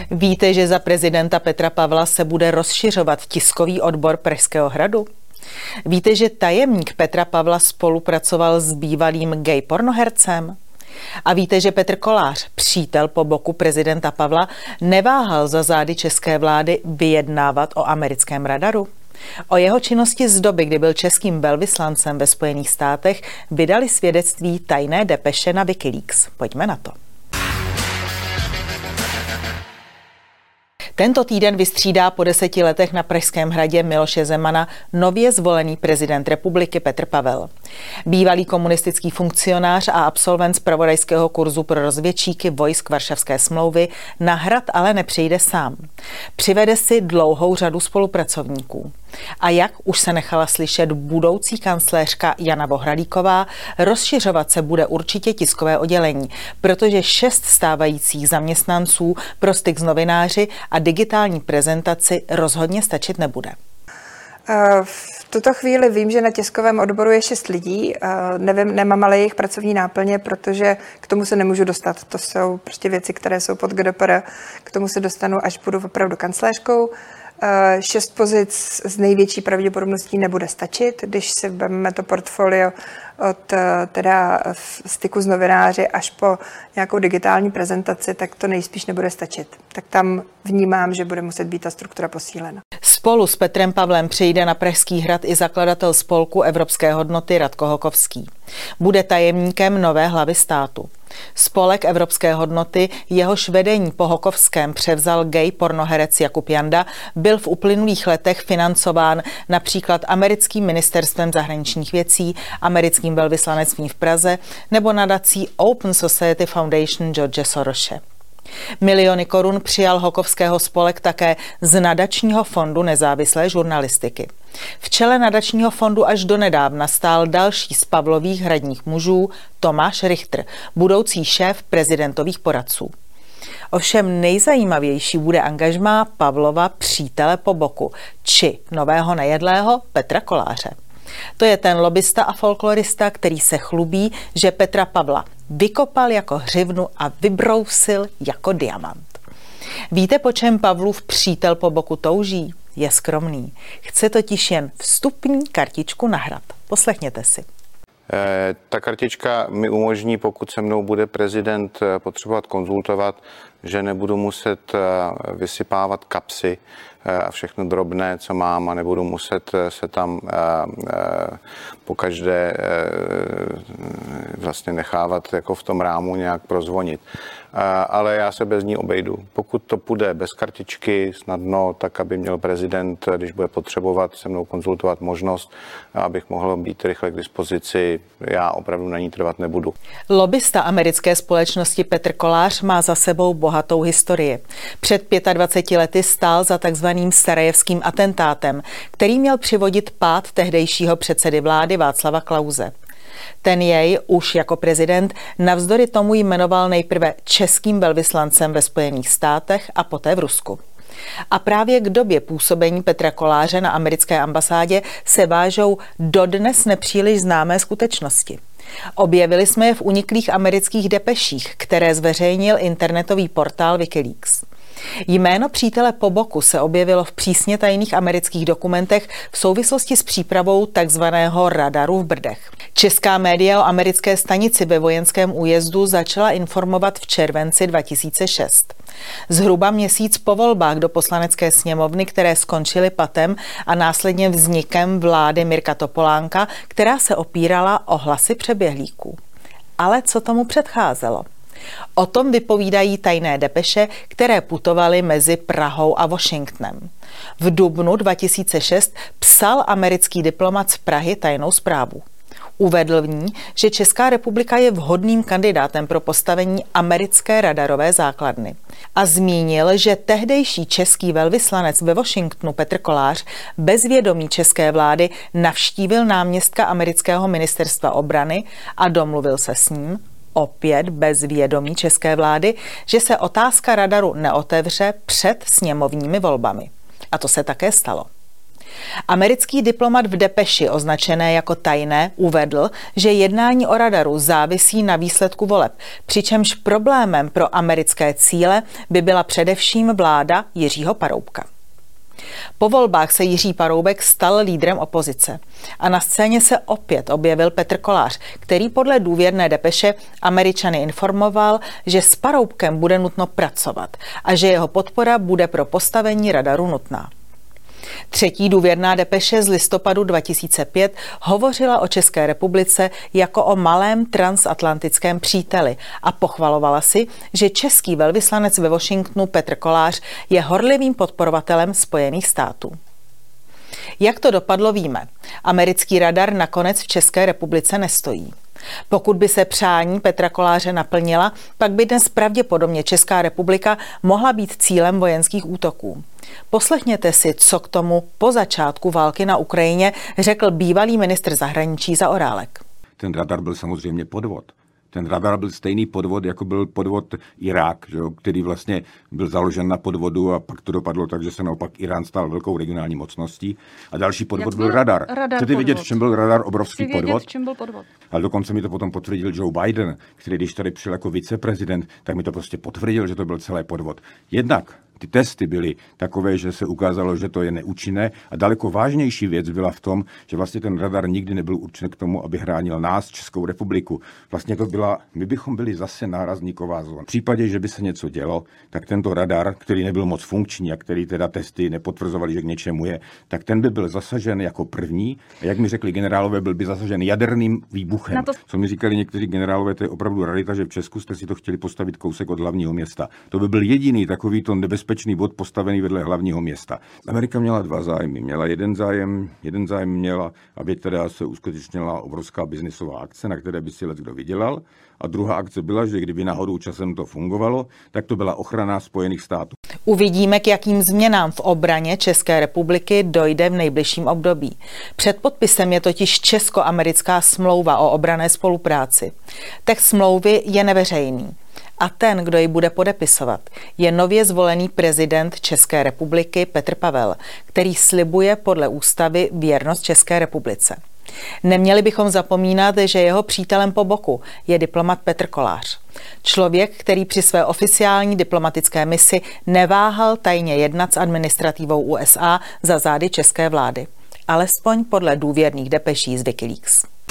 Víte, že za prezidenta Petra Pavla se bude rozšiřovat tiskový odbor Pražského hradu? Víte, že tajemník Petra Pavla spolupracoval s bývalým gay pornohercem? A víte, že Petr Kolář, přítel po boku prezidenta Pavla, neváhal za zády české vlády vyjednávat o americkém radaru? O jeho činnosti z doby, kdy byl českým velvyslancem ve Spojených státech, vydali svědectví tajné depeše na Wikileaks. Pojďme na to. Tento týden vystřídá po 10 letech na Pražském hradě Miloše Zemana nově zvolený prezident republiky Petr Pavel. Bývalý komunistický funkcionář a absolvent zpravodajského kurzu pro rozvědčíky vojsk Varšavské smlouvy na hrad ale nepřijde sám. Přivede si dlouhou řadu spolupracovníků. A jak už se nechala slyšet budoucí kancléřka Jana Vohralíková, rozšiřovat se bude určitě tiskové oddělení, protože 6 stávajících zaměstnanců pro styk s novináři a digitální prezentaci rozhodně stačit nebude. V tuto chvíli vím, že na tiskovém odboru je 6 lidí. Nevím, nemám ale jejich pracovní náplně, protože k tomu se nemůžu dostat. To jsou prostě věci, které jsou pod GDPR. K tomu se dostanu, až budu opravdu kancléřkou. 6 pozic s největší pravděpodobností nebude stačit. Když si vezmeme to portfolio od teda styku s novináři až po nějakou digitální prezentaci, tak to nejspíš nebude stačit. Tak tam vnímám, že bude muset být ta struktura posílena. Spolu s Petrem Pavlem přijde na Pražský hrad i zakladatel spolku Evropské hodnoty Radko Hokovský. Bude tajemníkem nové hlavy státu. Spolek Evropské hodnoty, jehož vedení po Hokovském převzal gay pornoherec Jakub Janda, byl v uplynulých letech financován například americkým ministerstvem zahraničních věcí, americkým velvyslanectvím v Praze nebo nadací Open Society Foundation George Sorose. Miliony korun přijal Hokovského spolek také z nadačního fondu nezávislé žurnalistiky. V čele nadačního fondu až donedávna stál další z Pavlových hradních mužů Tomáš Richter, budoucí šéf prezidentových poradců. Ovšem nejzajímavější bude angažmá Pavlova přítele po boku, či nového nejedlého Petra Koláře. To je ten lobista a folklorista, který se chlubí, že Petra Pavla vykopal jako hřivnu a vybrousil jako diamant. Víte, po čem Pavlův přítel po boku touží? Je skromný. Chce totiž jen vstupní kartičku na hrad. Poslechněte si. Ta kartička mi umožní, pokud se mnou bude prezident potřebovat konzultovat, že nebudu muset vysypávat kapsy a všechno drobné, co mám, a nebudu muset se tam pokaždé vlastně nechávat jako v tom rámu nějak prozvonit. Ale já se bez ní obejdu. Pokud to půjde bez kartičky snadno, tak aby měl prezident, když bude potřebovat se mnou konzultovat, možnost, abych mohl být rychle k dispozici, já opravdu na ní trvat nebudu. Lobista americké společnosti Petr Kolář má za sebou bohatou historii. Před 25 lety stál za takzvaným sarajevským atentátem, který měl přivodit pád tehdejšího předsedy vlády Václava Klause. Ten jej už jako prezident navzdory tomu jmenoval nejprve českým velvyslancem ve Spojených státech a poté v Rusku. A právě k době působení Petra Koláře na americké ambasádě se vážou dodnes nepříliš známé skutečnosti. Objevili jsme je v uniklých amerických depeších, které zveřejnil internetový portál Wikileaks. Jméno přítele po boku se objevilo v přísně tajných amerických dokumentech v souvislosti s přípravou takzvaného radaru v Brdech. Česká média o americké stanici ve vojenském újezdu začala informovat v červenci 2006. Zhruba měsíc po volbách do Poslanecké sněmovny, které skončily patem a následně vznikem vlády Mirka Topolánka, která se opírala o hlasy přeběhlíků. Ale co tomu předcházelo? O tom vypovídají tajné depeše, které putovaly mezi Prahou a Washingtonem. V dubnu 2006 psal americký diplomat z Prahy tajnou zprávu. Uvedl v ní, že Česká republika je vhodným kandidátem pro postavení americké radarové základny. A zmínil, že tehdejší český velvyslanec ve Washingtonu Petr Kolář bez vědomí české vlády navštívil náměstka amerického ministerstva obrany a domluvil se s ním, opět bez vědomí české vlády, že se otázka radaru neotevře před sněmovními volbami. A to se také stalo. Americký diplomat v depeši označené jako tajné uvedl, že jednání o radaru závisí na výsledku voleb, přičemž problémem pro americké cíle by byla především vláda Jiřího Paroubka. Po volbách se Jiří Paroubek stal lídrem opozice a na scéně se opět objevil Petr Kolář, který podle důvěrné depeše Američany informoval, že s Paroubkem bude nutno pracovat a že jeho podpora bude pro postavení radaru nutná. Třetí důvěrná depeše z listopadu 2005 hovořila o České republice jako o malém transatlantickém příteli a pochvalovala si, že český velvyslanec ve Washingtonu Petr Kolář je horlivým podporovatelem Spojených států. Jak to dopadlo, víme. Americký radar nakonec v České republice nestojí. Pokud by se přání Petra Koláře naplnila, pak by dnes pravděpodobně Česká republika mohla být cílem vojenských útoků. Poslechněte si, co k tomu po začátku války na Ukrajině řekl bývalý ministr zahraničí Zaorálek. Ten radar byl samozřejmě podvod. Ten radar byl stejný podvod, jako byl podvod Irák, že jo, který vlastně byl založen na podvodu a pak to dopadlo tak, že se naopak Irán stal velkou regionální mocností. A další podvod byl radar. Chcete vědět, v čem byl radar obrovský podvod? V čem byl podvod? Ale dokonce mi to potom potvrdil Joe Biden, který když tady přišel jako viceprezident, tak mi to prostě potvrdil, že to byl celý podvod. Jednak ty testy byly takové, že se ukázalo, že to je neúčinné a daleko vážnější věc byla v tom, že vlastně ten radar nikdy nebyl určen k tomu, aby chránil nás, Českou republiku. Vlastně to byla, my bychom byli zase nárazníková zóna. V případě, že by se něco dělo, tak tento radar, který nebyl moc funkční a který teda testy nepotvrzovaly, že k něčemu je, tak ten by byl zasažen jako první a jak mi řekli generálové, byl by zasažen jaderným výbuchem. Co mi říkali někteří generálové, to je opravdu rarita, že v Česku jste si to chtěli postavit kousek od hlavního města. To by byl jediný takovýto nebezpečný bod postavený vedle hlavního města. Amerika měla dva zájmy. Měla jeden zájem měla, aby teda se uskutečnila obrovská biznisová akce, na které by si leckdo vydělal. A druhá akce byla, že kdyby náhodou časem to fungovalo, tak to byla ochrana Spojených států. Uvidíme, k jakým změnám v obraně České republiky dojde v nejbližším období. Před podpisem je totiž česko-americká smlouva o obranné spolupráci. Text smlouvy je neveřejný. A ten, kdo ji bude podepisovat, je nově zvolený prezident České republiky Petr Pavel, který slibuje podle ústavy věrnost České republice. Neměli bychom zapomínat, že jeho přítelem po boku je diplomat Petr Kolář. Člověk, který při své oficiální diplomatické misi neváhal tajně jednat s administrativou USA za zády české vlády. Alespoň podle důvěrných depeší z WikiLeaks.